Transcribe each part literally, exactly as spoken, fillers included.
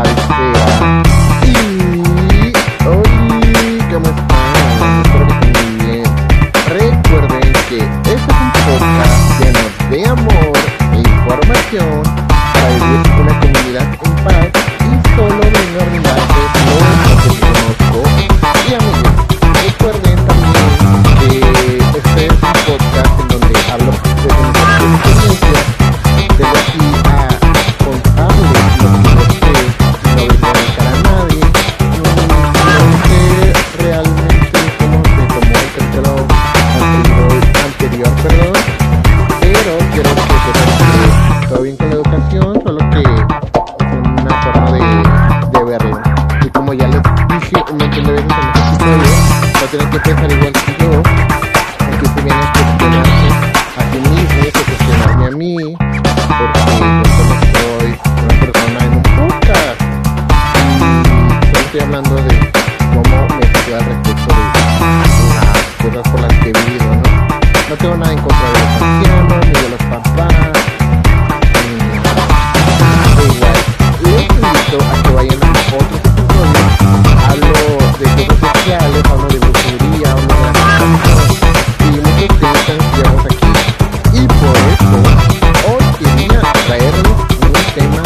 cabecera. Y hoy, ¿cómo están? Espero que estén muy bien. Recuerden que este es un podcast lleno de amor e información para vivir una comunidad en paz y solo vengo a brindarte lo que conozco. Y amigos, recuerden también que este es un podcast en donde hablo de mi experiencia. De aquí a contarles lo que no sé, no les voy a dejar a nadie. No sé realmente cómo se tomó el capítulo anterior, anterior, perdón, pero quiero que sepan que todo bien con la educación, solo que es una forma de, de verlo. Y como ya les dije un montón de veces en este episodio, no tienen que pensar igual que yo, porque se vienen a cuestionarse a sí mismos, a cuestionarme a mí, porque yo solo soy una persona en un podcast y solo estoy hablando de cómo me siento al respecto de las cosas por las que he vivido, ¿no? No tengo nada en contra de los ancianos, ni de los papás, ni nada. Da igual, les invito a que vayan a otros episodios. Hablo de cosas sociales, hablo de brujería, hablo de la y muchos temas que llevamos aquí. Y por eso hoy quería traerles un tema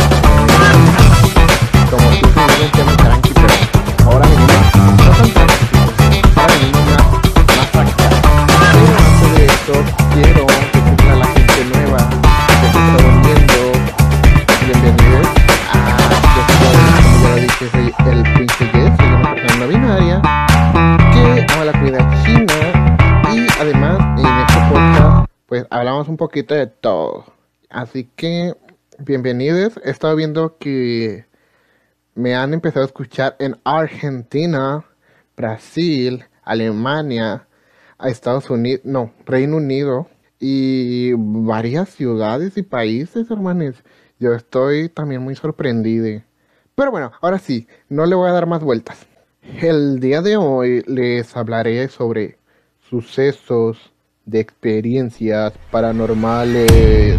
eh, como si fuera un tema tranqui, pero ahora venimos no tan tranqui, ahora venimos más, más acá. Pero antes de esto quiero decirle a la gente nueva que se está uniendo, bienvenidos a yo soy, como ya lo dije, soy el Prince Yes, soy una persona no binaria que ama la comida china y además en este podcast pues hablamos un poquito de todo. Así que bienvenidos. He estado viendo que me han empezado a escuchar en Argentina, Brasil, Alemania, a Estados Unidos, no, Reino Unido y varias ciudades y países, hermanos. Yo estoy también muy sorprendido. Pero bueno, ahora sí, no le voy a dar más vueltas. El día de hoy les hablaré sobre sucesos de experiencias paranormales,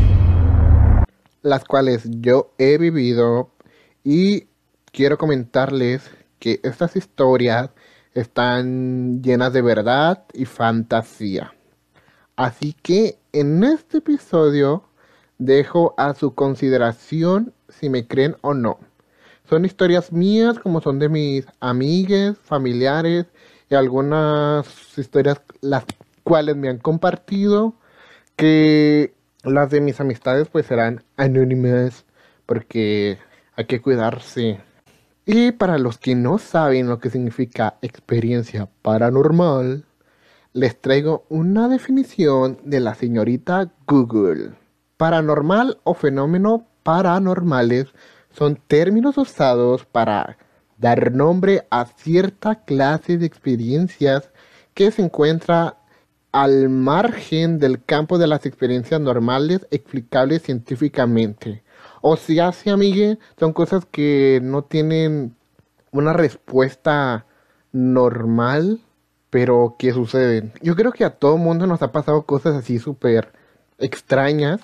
las cuales yo he vivido, y quiero comentarles que estas historias están llenas de verdad y fantasía. Así que en este episodio dejo a su consideración si me creen o no. Son historias mías, como son de mis amigues, familiares y algunas historias las cuales me han compartido, que las de mis amistades pues serán anónimas porque hay que cuidarse. Y para los que no saben lo que significa experiencia paranormal, les traigo una definición de la señorita Google. Paranormal o fenómeno paranormales son términos usados para dar nombre a cierta clase de experiencias que se encuentra al margen del campo de las experiencias normales explicables científicamente. O sea, sí, amigue, son cosas que no tienen una respuesta normal, pero que suceden. Yo creo que a todo mundo nos ha pasado cosas así súper extrañas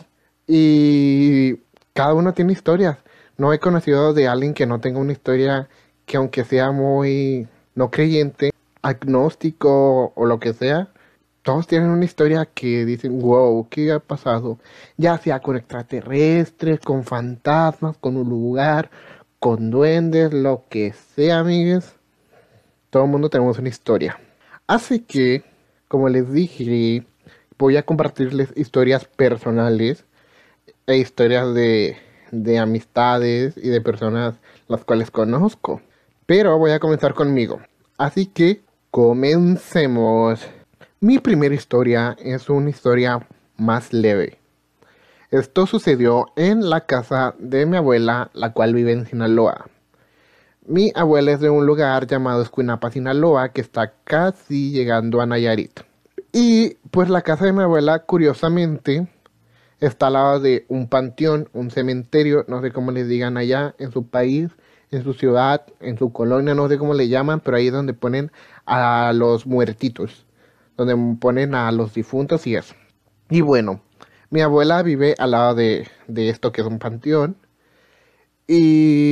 y cada uno tiene historias. No he conocido de alguien que no tenga una historia que, aunque sea muy no creyente, agnóstico o lo que sea, todos tienen una historia que dicen, wow, ¿qué ha pasado? Ya sea con extraterrestres, con fantasmas, con un lugar, con duendes, lo que sea, amigues. Todo el mundo tenemos una historia. Así que, como les dije, voy a compartirles historias personales e historias de, de amistades y de personas las cuales conozco. Pero voy a comenzar conmigo. Así que, comencemos. Mi primera historia es una historia más leve. Esto sucedió en la casa de mi abuela, la cual vive en Sinaloa. Mi abuela es de un lugar llamado Escuinapa, Sinaloa, que está casi llegando a Nayarit. Y pues la casa de mi abuela, curiosamente, está al lado de un panteón, un cementerio, no sé cómo les digan allá en su país, en su ciudad, en su colonia, no sé cómo le llaman, pero ahí es donde ponen a los muertitos, donde ponen a los difuntos y eso. Y bueno, mi abuela vive al lado de, de esto que es un panteón. Y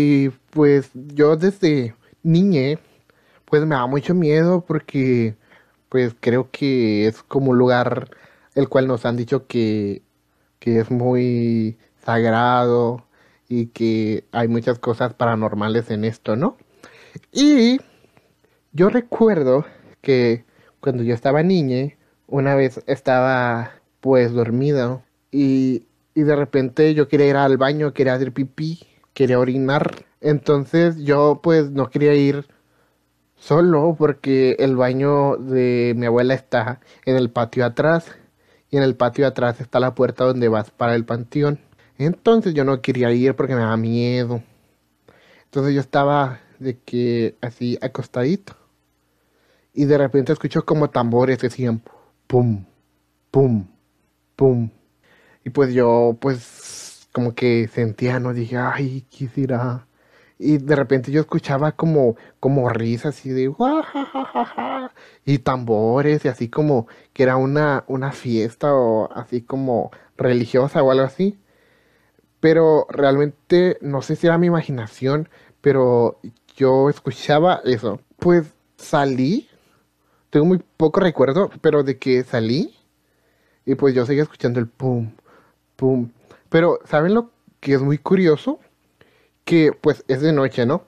pues yo desde niñe, pues me da mucho miedo porque pues creo que es como un lugar el cual nos han dicho que, que es muy sagrado y que hay muchas cosas paranormales en esto, ¿no? Y yo recuerdo que cuando yo estaba niña, una vez estaba pues dormido y, y de repente yo quería ir al baño, quería hacer pipí, quería orinar. Entonces yo pues no quería ir solo porque el baño de mi abuela está en el patio atrás y en el patio atrás está la puerta donde vas para el panteón. Entonces yo no quería ir porque me daba miedo. Entonces yo estaba de que así acostadito y de repente escucho como tambores que decían pum, pum, pum. Y pues yo pues como que sentía, no dije, ay, ¿qué será? Y de repente yo escuchaba como, como risas así de "guajajaja", y tambores y así como que era una, una fiesta o así como religiosa o algo así. Pero realmente no sé si era mi imaginación, pero yo escuchaba eso. Pues salí, tengo muy poco recuerdo, pero de que salí y pues yo seguía escuchando el pum, pum. Pero ¿saben lo que es muy curioso? Que pues es de noche, ¿no?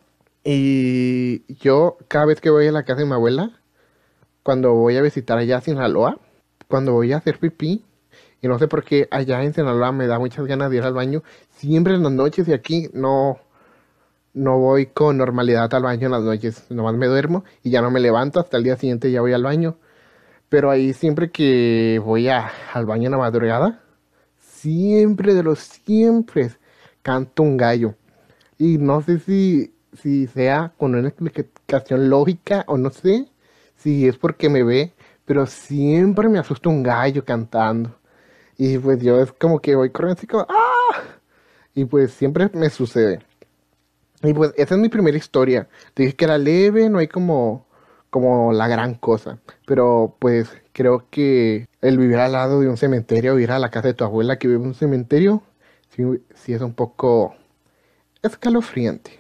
Y yo cada vez que voy a la casa de mi abuela, cuando voy a visitar allá a Sinaloa, cuando voy a hacer pipí, y no sé por qué allá en Sinaloa me da muchas ganas de ir al baño, siempre en las noches y aquí no, no voy con normalidad al baño en las noches, nomás me duermo y ya no me levanto, hasta el día siguiente ya voy al baño. Pero ahí siempre que voy a, al baño en la madrugada, siempre de los siempre canto un gallo. Y no sé si, si sea con una explicación lógica o no sé si es porque me ve, pero siempre me asusta un gallo cantando. Y pues yo es como que voy corriendo así como, ¡ah! Y pues siempre me sucede. Y pues esa es mi primera historia. Te dije que era leve, no hay como, como la gran cosa. Pero pues creo que el vivir al lado de un cementerio, ir a la casa de tu abuela que vive en un cementerio, sí, sí es un poco escalofriante.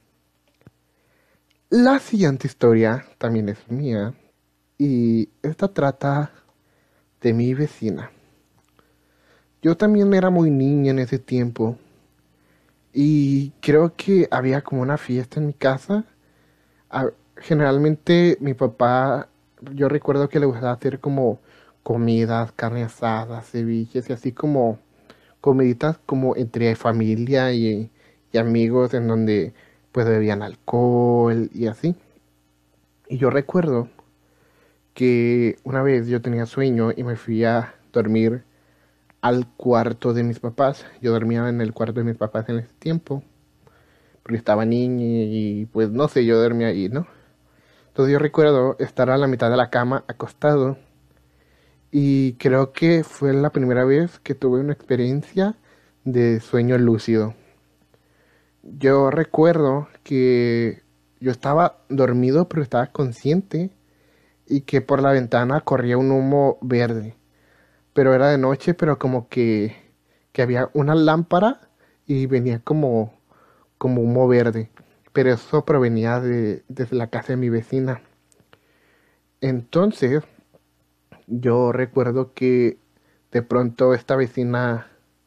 La siguiente historia también es mía y esta trata de mi vecina. Yo también era muy niña en ese tiempo y creo que había como una fiesta en mi casa. A- Generalmente mi papá, yo recuerdo que le gustaba hacer como comidas, carne asada, ceviches y así como comiditas como entre familia y, y amigos en donde pues bebían alcohol y así. Y yo recuerdo que una vez yo tenía sueño y me fui a dormir al cuarto de mis papás. Yo dormía en el cuarto de mis papás en ese tiempo, porque estaba niña y pues no sé, yo dormía ahí, ¿no? Entonces yo recuerdo estar a la mitad de la cama acostado y creo que fue la primera vez que tuve una experiencia de sueño lúcido. Yo recuerdo que yo estaba dormido pero estaba consciente y que por la ventana corría un humo verde. Pero era de noche, pero como que, que había una lámpara y venía como, como humo verde. Pero eso provenía de, desde la casa de mi vecina. Entonces, yo recuerdo que de pronto esta vecina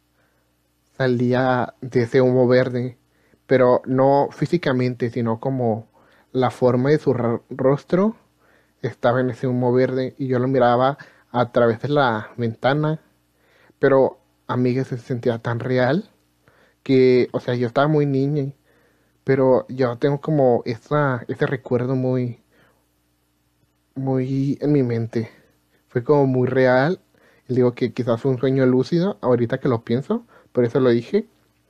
salía de ese humo verde, pero no físicamente, sino como la forma de su ro- rostro estaba en ese humo verde y yo lo miraba a través de la ventana. Pero, amiga, se sentía tan real que, o sea, yo estaba muy niña, pero yo tengo como esa, ese recuerdo muy, muy en mi mente. Fue como muy real. Y digo que quizás fue un sueño lúcido, ahorita que lo pienso, por eso lo dije.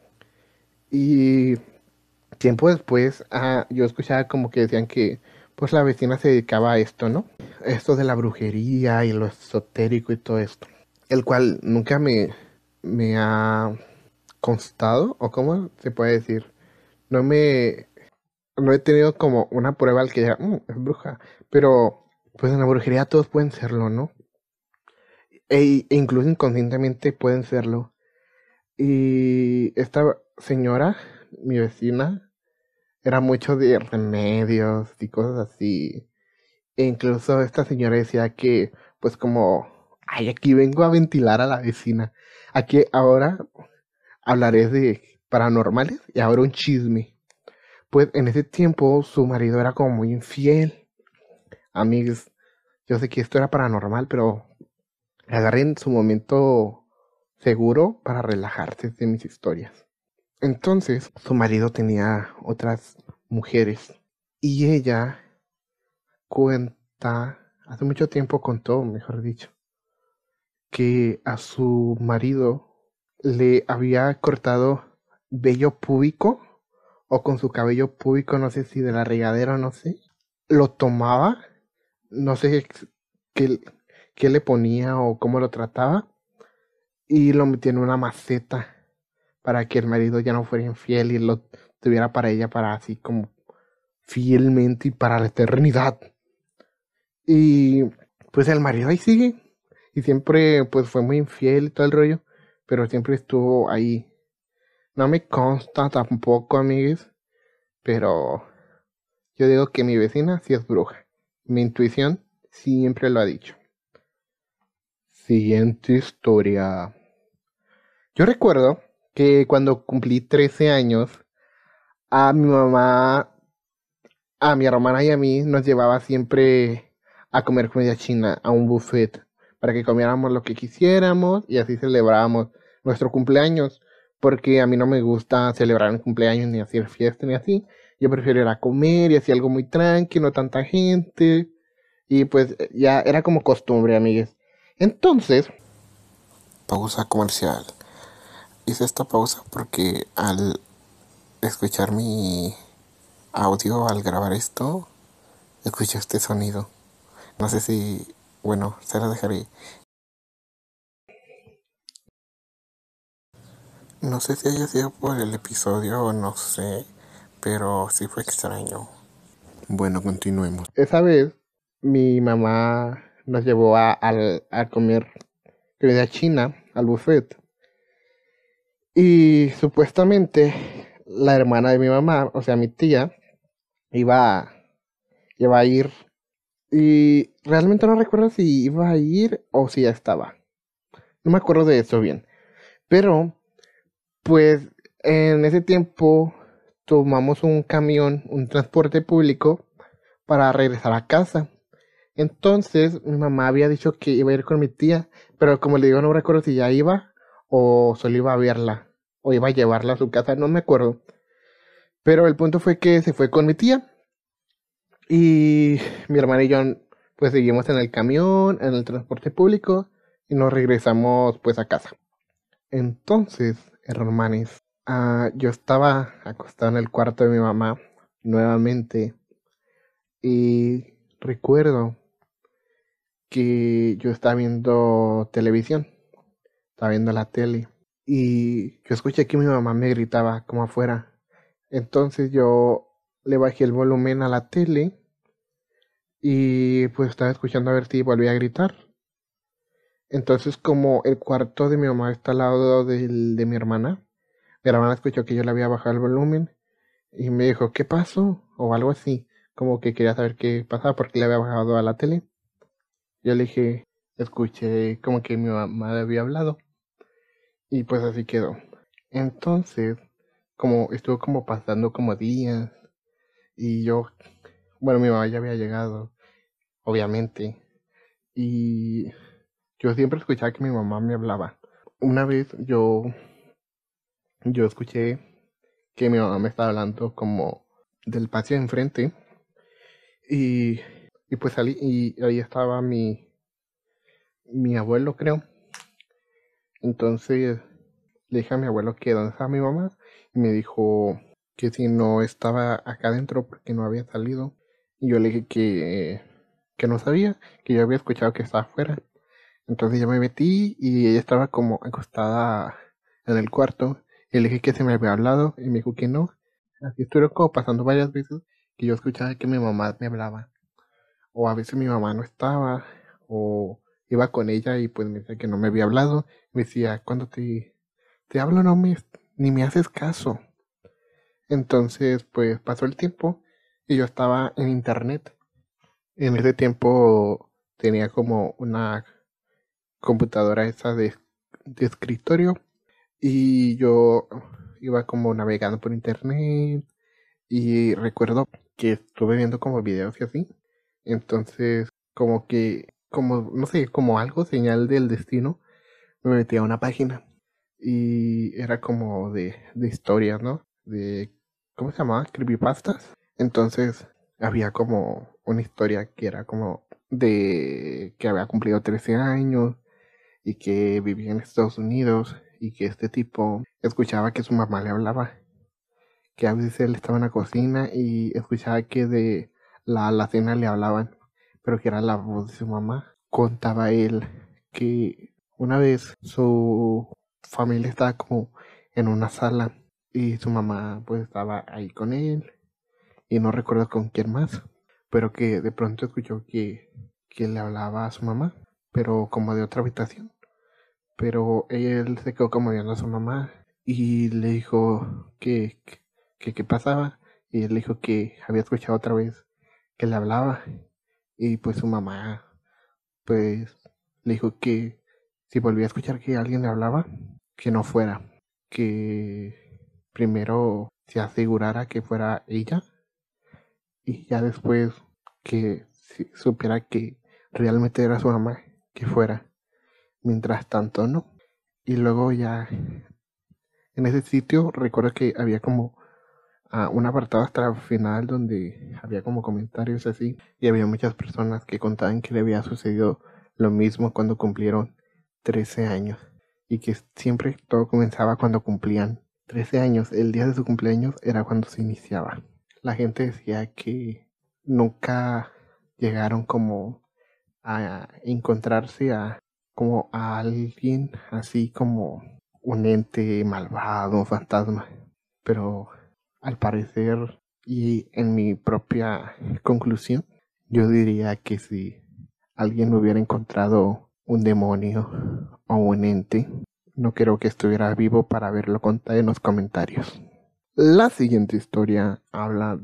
Y tiempo después, ah, yo escuchaba como que decían que, pues la vecina se dedicaba a esto, ¿no? Esto de la brujería y lo esotérico y todo esto. El cual nunca me, me ha constado, o cómo se puede decir, no me, no he tenido como una prueba al que diga, "Mm, es bruja", pero pues en la brujería todos pueden serlo, ¿no? E, e incluso inconscientemente pueden serlo. Y esta señora, mi vecina, era mucho de remedios y cosas así. E incluso esta señora decía que, pues como, ay, aquí vengo a ventilar a la vecina. Aquí ahora hablaré de paranormales y ahora un chisme. Pues en ese tiempo su marido era como muy infiel. Amigos, yo sé que esto era paranormal, pero agarren su momento seguro para relajarse de mis historias. Entonces, su marido tenía otras mujeres y ella cuenta, hace mucho tiempo contó, mejor dicho, que a su marido le había cortado vello púbico o con su cabello púbico, no sé si de la regadera, no sé. Lo tomaba, no sé qué, qué le ponía o cómo lo trataba y lo metía en una maceta para que el marido ya no fuera infiel y lo tuviera para ella para así como fielmente y para la eternidad. Y pues el marido ahí sigue y siempre pues fue muy infiel y todo el rollo, pero siempre estuvo ahí. No me consta tampoco, amigues, pero yo digo que mi vecina sí es bruja. Mi intuición siempre lo ha dicho. Siguiente historia. Yo recuerdo que cuando cumplí trece años, a mi mamá, a mi hermana y a mí nos llevaba siempre a comer comida china, a un buffet, para que comiéramos lo que quisiéramos y así celebrábamos nuestro cumpleaños, porque a mí no me gusta celebrar un cumpleaños ni hacer fiesta ni así. Yo prefiero ir a comer y así algo muy tranquilo, no tanta gente. Y pues ya era como costumbre, amigues. Entonces, pausa comercial. Hice esta pausa porque al escuchar mi audio, al grabar esto, escuché este sonido. No sé si, bueno, se lo dejaré. No sé si haya sido por el episodio o no sé, pero sí fue extraño. Bueno, continuemos. Esa vez mi mamá nos llevó a, a, a comer comida china al buffet. Y supuestamente la hermana de mi mamá, o sea, mi tía, iba, iba a ir. Y realmente no recuerdo si iba a ir o si ya estaba. No me acuerdo de eso bien. Pero, pues, en ese tiempo tomamos un camión, un transporte público para regresar a casa. Entonces, mi mamá había dicho que iba a ir con mi tía, pero como le digo, no recuerdo si ya iba o solo iba a verla o iba a llevarla a su casa, no me acuerdo. Pero el punto fue que se fue con mi tía y mi hermana y yo pues seguimos en el camión, en el transporte público y nos regresamos pues a casa. Entonces, hermanes, ah, yo estaba acostado en el cuarto de mi mamá nuevamente y recuerdo que yo estaba viendo televisión, estaba viendo la tele y yo escuché que mi mamá me gritaba como afuera. Entonces yo le bajé el volumen a la tele y pues estaba escuchando a ver si volvía a gritar. Entonces como el cuarto de mi mamá está al lado del de mi hermana, mi hermana escuchó que yo le había bajado el volumen y me dijo, ¿qué pasó? O algo así, como que quería saber qué pasaba porque le había bajado a la tele. Yo le dije, escuché como que mi mamá le había hablado y pues así quedó. Entonces, como estuvo como pasando como días y yo, bueno, mi mamá ya había llegado, obviamente, y yo siempre escuchaba que mi mamá me hablaba. Una vez yo, yo escuché que mi mamá me estaba hablando como del patio de enfrente y, y pues salí y ahí estaba mi, mi abuelo, creo. Entonces le dije a mi abuelo que dónde estaba mi mamá y me dijo que si no estaba acá adentro porque no había salido. Y yo le dije que, que no sabía, que yo había escuchado que estaba afuera. Entonces yo me metí y ella estaba como acostada en el cuarto. Y le dije que se me había hablado y me dijo que no. Así estuvo como pasando varias veces que yo escuchaba que mi mamá me hablaba. O a veces mi mamá no estaba o iba con ella y pues me decía que no me había hablado. Me decía, cuando te, te hablo no me, ni me haces caso. Entonces, pues pasó el tiempo y yo estaba en internet. En ese tiempo tenía como una computadora esa de, de escritorio y yo iba como navegando por internet y recuerdo que estuve viendo como videos y así. Entonces, como que, como, no sé, como algo, señal del destino, me metí a una página y era como de, de historias, ¿no? De, ¿cómo se llamaba? Creepypastas. Entonces, había como una historia que era como de que había cumplido trece años y que vivía en Estados Unidos y que este tipo escuchaba que su mamá le hablaba, que a veces él estaba en la cocina y escuchaba que de la alacena le hablaban, pero que era la voz de su mamá. Contaba él que una vez su familia estaba como en una sala y su mamá pues estaba ahí con él y no recuerdo con quién más, pero que de pronto escuchó que, que le hablaba a su mamá, pero como de otra habitación. Pero él se quedó como viendo a su mamá y le dijo que que qué pasaba y él le dijo que había escuchado otra vez que le hablaba y pues su mamá pues le dijo que si volvía a escuchar que alguien le hablaba que no fuera, que primero se asegurara que fuera ella y ya después que si supiera que realmente era su mamá que fuera, mientras tanto no. Y luego ya en ese sitio recuerdo que había como a un apartado hasta el final donde había como comentarios así y había muchas personas que contaban que le había sucedido lo mismo cuando cumplieron trece años y que siempre todo comenzaba cuando cumplían trece años. El día de su cumpleaños era cuando se iniciaba. La gente decía que nunca llegaron como a encontrarse a como a alguien así como un ente malvado, un fantasma, pero al parecer y en mi propia conclusión, yo diría que si alguien hubiera encontrado un demonio o un ente, no creo que estuviera vivo para verlo contar en los comentarios. La siguiente historia habla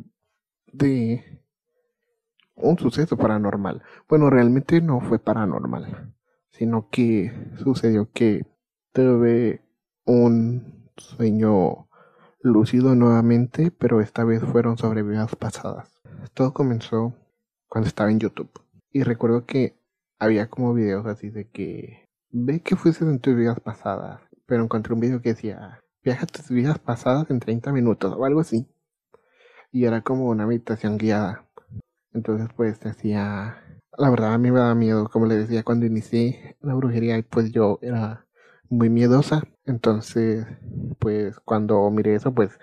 de un suceso paranormal. Bueno, realmente no fue paranormal, sino que sucedió que tuve un sueño lúcido nuevamente, pero esta vez fueron sobre vidas pasadas. Todo comenzó cuando estaba en YouTube. Y recuerdo que había como videos así de que ve que fuiste en tus vidas pasadas. Pero encontré un video que decía viaja a tus vidas pasadas en treinta minutos o algo así. Y era como una meditación guiada. Entonces pues decía, la verdad a mí me daba miedo, como le decía cuando inicié la brujería, y pues yo era muy miedosa. Entonces pues cuando miré eso pues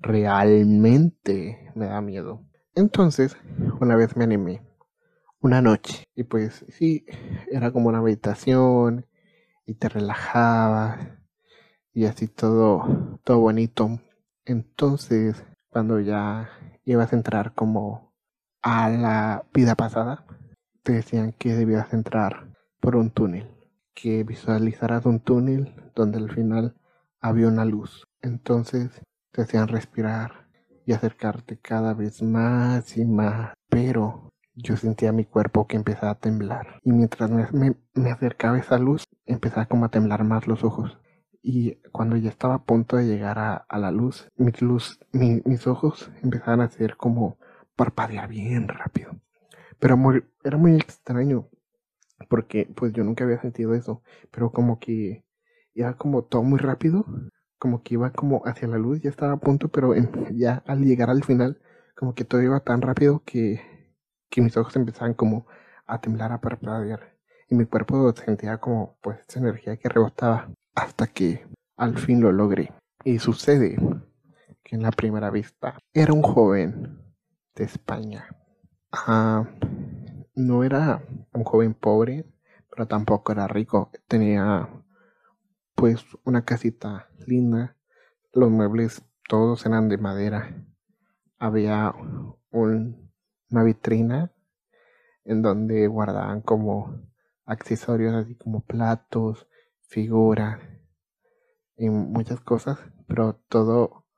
realmente me da miedo. Entonces una vez me animé, una noche, y pues sí, era como una meditación y te relajabas y así todo, todo bonito. Entonces cuando ya ibas a entrar como a la vida pasada, te decían que debías entrar por un túnel, que visualizaras un túnel donde al final había una luz. Entonces te hacían respirar y acercarte cada vez más y más, pero yo sentía mi cuerpo que empezaba a temblar y mientras me, me, me acercaba esa luz empezaba como a temblar más los ojos. Y cuando ya estaba a punto de llegar a, a la luz, mis, luz mi, mis ojos empezaban a hacer como parpadear bien rápido. Pero muy, era muy extraño porque pues yo nunca había sentido eso, pero como que iba como todo muy rápido, como que iba como hacia la luz, ya estaba a punto, pero en, ya al llegar al final, como que todo iba tan rápido que, que mis ojos empezaban como a temblar, a parpadear y mi cuerpo sentía como pues esa energía que rebotaba hasta que al fin lo logré. Y sucede que en la primera vista era un joven de España. Ah, no era un joven pobre, pero tampoco era rico. Tenía pues una casita linda. Los muebles todos eran de madera. Había un, una vitrina en donde guardaban como accesorios así como platos, figuras y muchas cosas, pero todo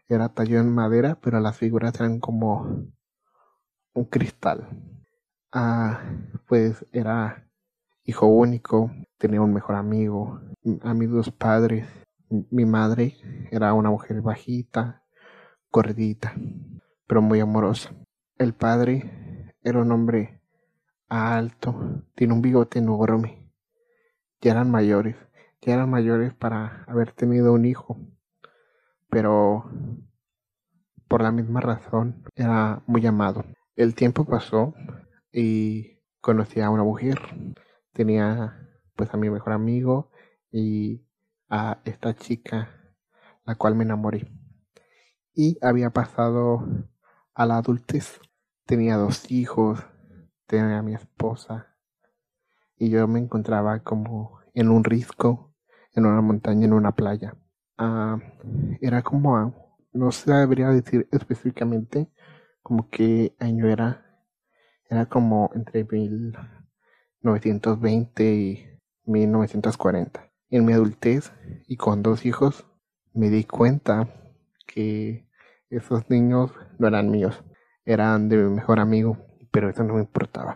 Era tallado en madera, pero las figuras eran como un cristal. Ah, pues era hijo único, tenía un mejor amigo, a mis dos padres. Mi madre era una mujer bajita, gordita, pero muy amorosa. El padre era un hombre alto, tiene un bigote enorme. Ya eran mayores, ya eran mayores para haber tenido un hijo, pero por la misma razón era muy amado. El tiempo pasó y conocí a una mujer. Tenía pues a mi mejor amigo y a esta chica, la cual me enamoré. Y había pasado a la adultez. Tenía dos hijos, tenía a mi esposa y yo me encontraba como en un risco, en una montaña, en una playa. Ah, era como, a- no sabría decir específicamente como qué año era. Era como entre mil novecientos veinte y mil novecientos cuarenta. En mi adultez y con dos hijos me di cuenta que esos niños no eran míos, eran de mi mejor amigo, pero eso no me importaba,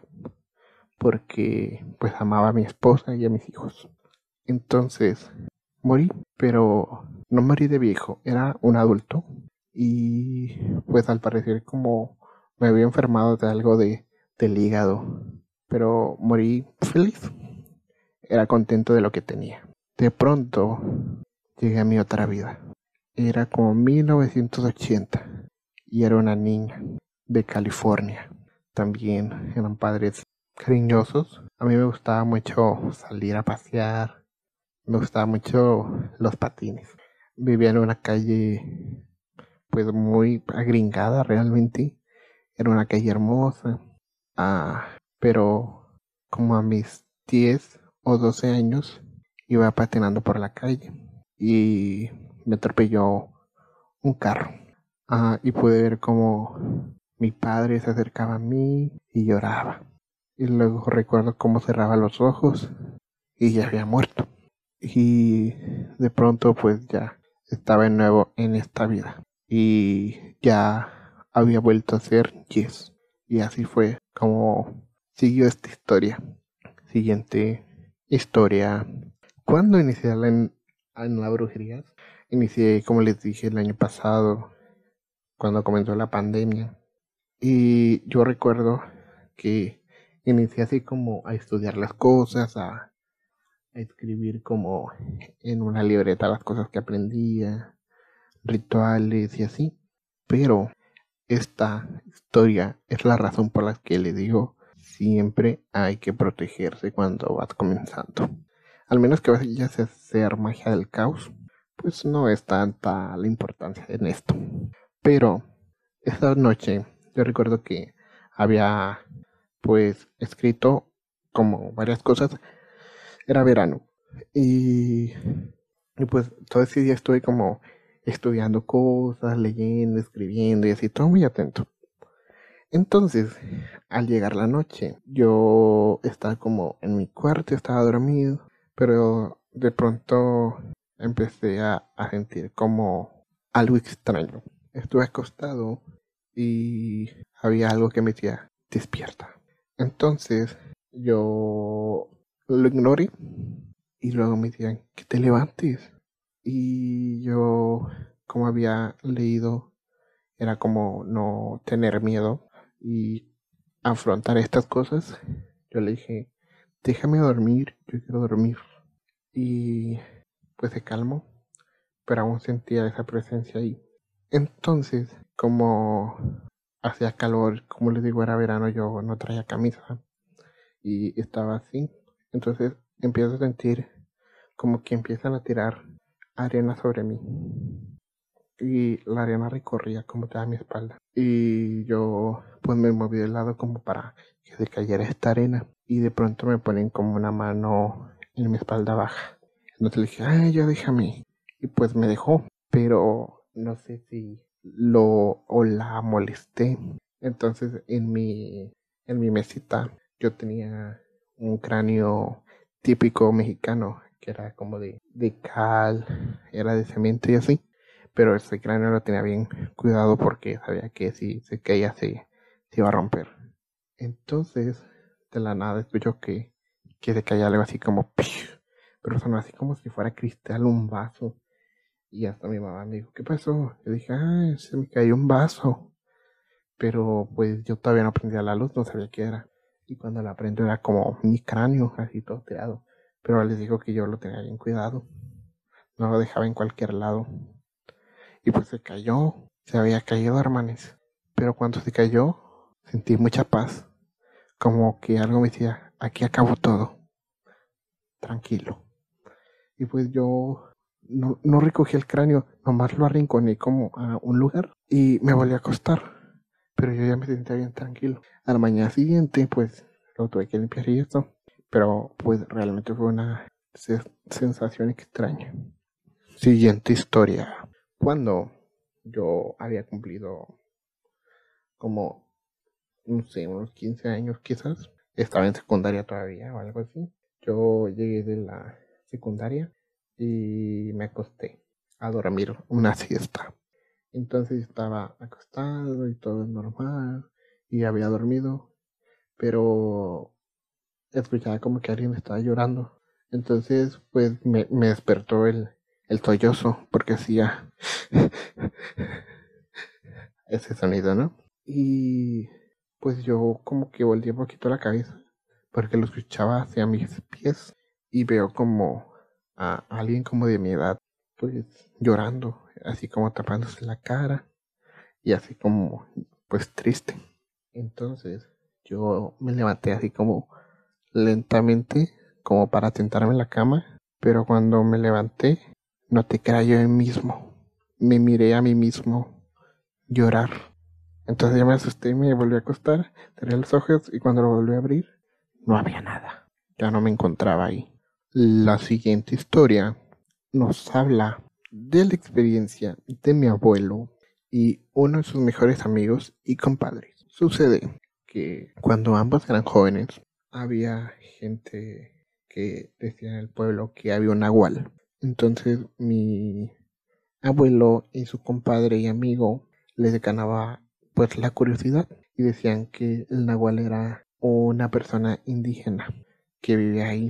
porque pues amaba a mi esposa y a mis hijos. Entonces morí, pero no morí de viejo, era un adulto y pues al parecer como me había enfermado de algo de, del hígado, pero morí feliz, era contento de lo que tenía. De pronto llegué a mi otra vida. Era como mil novecientos ochenta y era una niña de California. También eran padres cariñosos. A mí me gustaba mucho salir a pasear, me gustaba mucho los patines. Vivía en una calle pues muy agringada realmente. Era una calle hermosa. Ah, pero como a mis diez o doce años iba patinando por la calle y me atropelló un carro. Ah, y pude ver cómo mi padre se acercaba a mí y lloraba. Y luego recuerdo cómo cerraba los ojos y ya había muerto. Y de pronto pues ya estaba de nuevo en esta vida. Y ya había vuelto a ser Yes. Y así fue como siguió esta historia. Siguiente historia. ¿Cuándo inicié en, en la brujería? Inicié, como les dije, el año pasado, cuando comenzó la pandemia. Y yo recuerdo que inicié así como a estudiar las cosas, a, a escribir como en una libreta las cosas que aprendía, rituales y así. Pero esta historia es la razón por la que le digo, siempre hay que protegerse cuando vas comenzando. Al menos que vayas a hacer magia del caos, pues no es tanta la importancia en esto. Pero esta noche yo recuerdo que había pues escrito como varias cosas. Era verano y, y pues todo ese día estuve como estudiando cosas, leyendo, escribiendo y así, todo muy atento. Entonces, al llegar la noche, yo estaba como en mi cuarto, estaba dormido, pero de pronto empecé a, a sentir como algo extraño. Estuve acostado y había algo que me decía, despierta. Entonces, yo lo ignoré y luego me decían, que te levantes. Y yo, como había leído, era como no tener miedo y afrontar estas cosas. Yo le dije, déjame dormir, yo quiero dormir. Y pues se calmó, pero aún sentía esa presencia ahí. Entonces, como hacía calor, como les digo, era verano, yo no traía camisa y estaba así. Entonces empiezo a sentir como que empiezan a tirar arena sobre mí. Y la arena recorría como toda mi espalda. Y yo pues me moví de lado como para que se cayera esta arena. Y de pronto me ponen como una mano en mi espalda baja. Entonces le dije, ay, ya déjame. Y pues me dejó. Pero no sé si lo o la molesté. Entonces en mi, en mi mesita yo tenía un cráneo típico mexicano. Que era como de, de cal, era de cemento y así. pero ese cráneo lo tenía bien cuidado porque sabía que si se caía se, se iba a romper. Entonces, de la nada escucho que, que se caía algo así como, pero sonó así como si fuera cristal, un vaso. Y hasta mi mamá me dijo, ¿qué pasó? Yo dije, ah, se me cayó un vaso. Pero pues yo todavía no prendía la luz, no sabía qué era. Y cuando la prendo era como mi cráneo, así todo tirado. Pero les digo que yo lo tenía bien cuidado. No lo dejaba en cualquier lado. Y pues se cayó. Se había caído, hermanes. Pero cuando se cayó, sentí mucha paz. Como que algo me decía, aquí acabó todo. Tranquilo. Y pues yo no, no recogí el cráneo, nomás lo arrinconé como a un lugar y me volví a acostar. Pero yo ya me sentía bien tranquilo. A la mañana siguiente, pues, lo tuve que limpiar y esto. Pero, pues, realmente fue una se- sensación extraña. Siguiente historia. Cuando yo había cumplido como, no sé, unos quince años quizás. Estaba en secundaria todavía o algo así. Yo llegué de la secundaria y me acosté a dormir una siesta. Entonces estaba acostado y todo normal y había dormido, pero escuchaba como que alguien estaba llorando. Entonces pues me, me despertó el, el sollozo porque hacía ese sonido, ¿no? Y pues yo como que volteé un poquito la cabeza porque lo escuchaba hacia mis pies y veo como a alguien como de mi edad pues llorando, así como tapándose la cara y así como pues triste. Entonces yo me levanté así como lentamente como para sentarme en la cama, pero cuando me levanté noté que era yo mismo. Me miré a mí mismo llorar. Entonces ya me asusté y me volví a acostar, cerré los ojos y cuando lo volví a abrir no había nada. Ya no me encontraba ahí. La siguiente historia nos habla de la experiencia de mi abuelo y uno de sus mejores amigos y compadres. Sucede que cuando ambos eran jóvenes, había gente que decía en el pueblo que había un nahual. Entonces mi abuelo y su compadre y amigo les ganaba pues la curiosidad y decían que el nahual era una persona indígena que vivía ahí,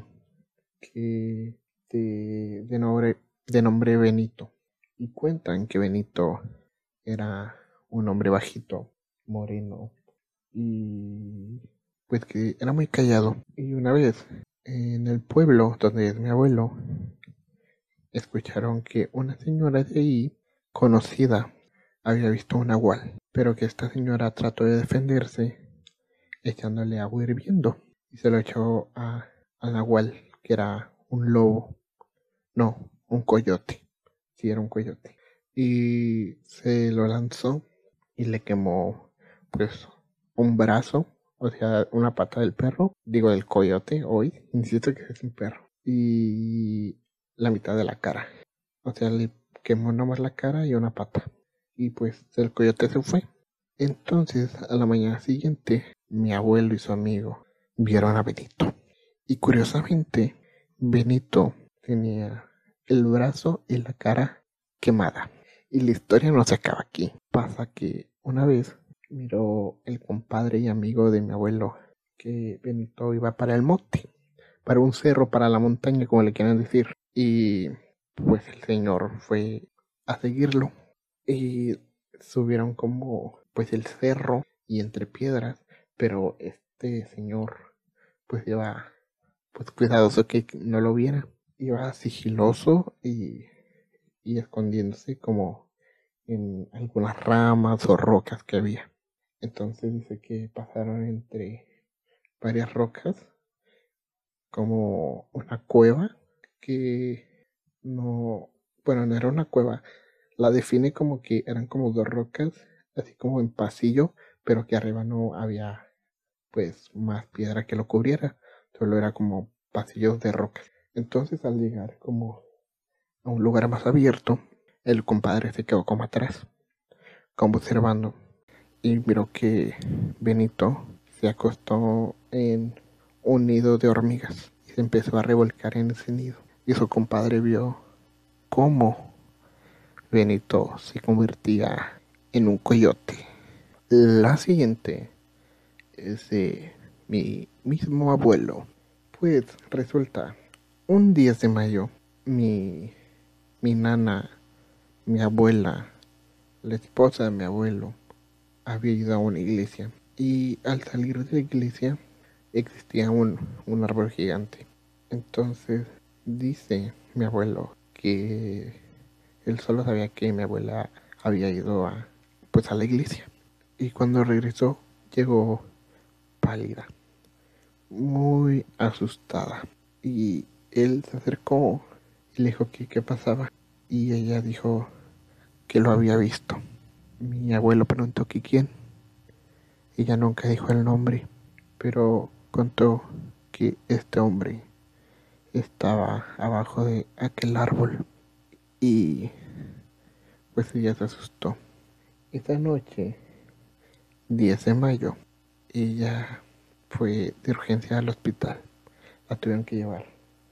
que de, de nombre, de nombre Benito. Y cuentan que Benito era un hombre bajito, moreno, y pues que era muy callado. Y una vez en el pueblo donde es mi abuelo, escucharon que una señora de ahí, conocida, había visto un nahual, pero que esta señora trató de defenderse echándole agua hirviendo y se lo echó a, al nahual, que era un lobo, no, un coyote, sí era un coyote, y se lo lanzó y le quemó pues un brazo, o sea, una pata del perro, digo del coyote, hoy, insisto que es un perro, y la mitad de la cara, o sea, le quemó nomás la cara y una pata, y pues el coyote se fue. Entonces, a la mañana siguiente, mi abuelo y su amigo vieron a Benito. Y curiosamente, Benito tenía el brazo y la cara quemada. Y la historia no se acaba aquí. Pasa que una vez miró el compadre y amigo de mi abuelo que Benito iba para el monte, para un cerro, para la montaña, como le quieran decir. Y pues el señor fue a seguirlo. Y subieron como pues el cerro y entre piedras, pero este señor pues iba pues cuidadoso que no lo viera, iba sigiloso y, y escondiéndose como en algunas ramas o rocas que había. Entonces dice que pasaron entre varias rocas como una cueva que no, bueno, no era una cueva, la define como que eran como dos rocas, así como en pasillo, pero que arriba no había pues más piedra que lo cubriera, solo era como pasillos de rocas. Entonces al llegar como a un lugar más abierto, el compadre se quedó como atrás, como observando, y miró que Benito se acostó en un nido de hormigas y se empezó a revolcar en ese nido. Y su compadre vio cómo Benito se convertía en un coyote. La siguiente es de mi mismo abuelo. Pues resulta, un diez de mayo, mi, mi nana, mi abuela, la esposa de mi abuelo, había ido a una iglesia. Y al salir de la iglesia existía un, un árbol gigante. Entonces dice mi abuelo que él solo sabía que mi abuela había ido a, pues a la iglesia. Y cuando regresó, llegó pálida, muy asustada. Y él se acercó y le dijo que qué pasaba. Y ella dijo que lo había visto. Mi abuelo preguntó que quién. Ella nunca dijo el nombre, pero contó que este hombre estaba abajo de aquel árbol. Y pues ella se asustó. Esa noche, diez de mayo, ella fue de urgencia al hospital. La tuvieron que llevar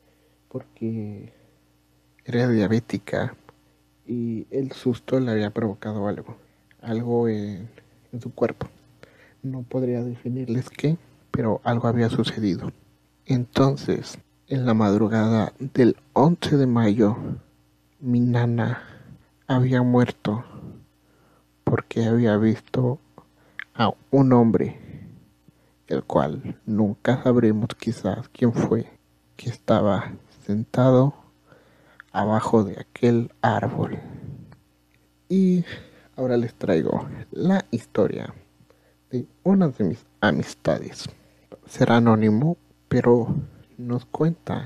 porque era diabética y el susto le había provocado algo, algo en, en su cuerpo. No podría definirles qué, pero algo había sucedido. Entonces, en la madrugada del once de mayo, mi nana había muerto porque había visto a un hombre, el cual nunca sabremos quizás quién fue, que estaba sentado abajo de aquel árbol. Y ahora les traigo la historia de una de mis amistades. Será anónimo, pero nos cuenta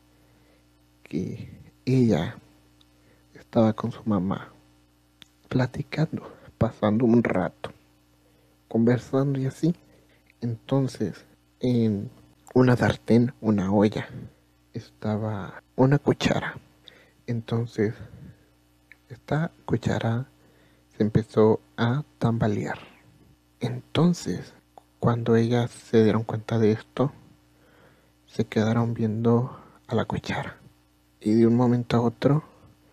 que ella estaba con su mamá platicando, pasando un rato, conversando y así. Entonces, en una sartén, una olla, estaba una cuchara. Entonces, esta cuchara se empezó a tambalear. Entonces, cuando ellas se dieron cuenta de esto, se quedaron viendo a la cuchara. Y de un momento a otro,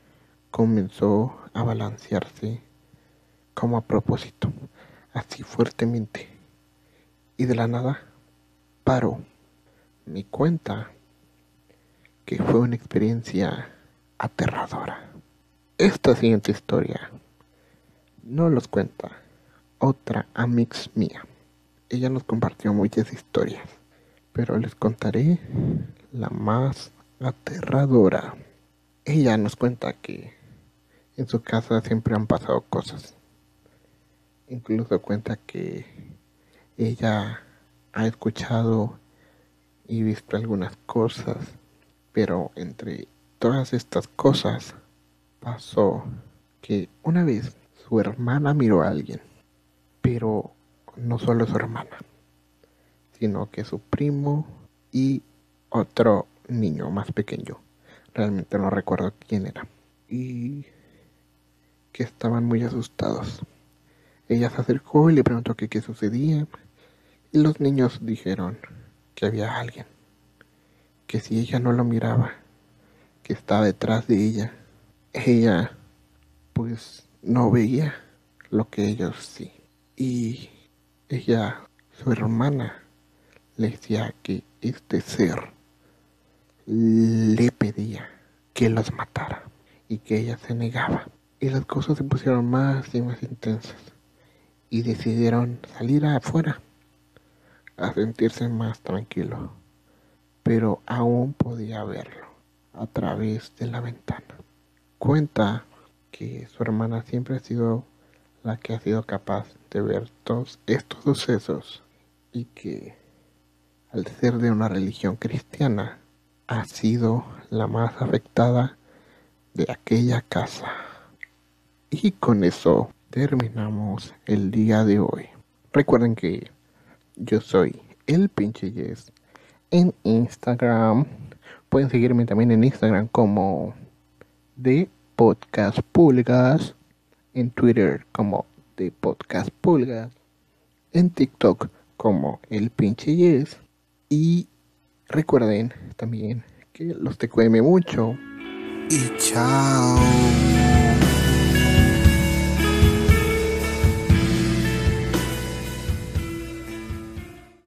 comenzó a balancearse como a propósito, así fuertemente. Y de la nada, paró. Me cuenta que fue una experiencia aterradora. Esta siguiente historia no los cuenta otra amix mía. Ella nos compartió muchas historias, pero les contaré la más aterradora. Ella nos cuenta que en su casa siempre han pasado cosas. Incluso cuenta que ella ha escuchado y visto algunas cosas, pero entre todas estas cosas pasó que una vez su hermana miró a alguien, pero no solo su hermana, sino que su primo y otro niño más pequeño. Realmente no recuerdo quién era. Y que estaban muy asustados. Ella se acercó y le preguntó que qué sucedía. Y los niños dijeron que había alguien. Que si ella no lo miraba, que estaba detrás de ella, ella pues no veía lo que ellos sí. Y ella, su hermana, le decía que este ser le pedía que los matara y que ella se negaba. Y las cosas se pusieron más y más intensas y decidieron salir afuera a sentirse más tranquilo, pero aún podía verlo a través de la ventana. Cuenta que su hermana siempre ha sido la que ha sido capaz de ver todos estos sucesos y que al ser de una religión cristiana ha sido la más afectada de aquella casa. Y con eso terminamos el día de hoy. Recuerden que yo soy el pinche Yes en Instagram. Pueden seguirme también en Instagram como de Podcast Pulgas, en Twitter como de Podcast Pulgas, en TikTok como el pinche Yes. Y recuerden también que los te cueme mucho. Y chao.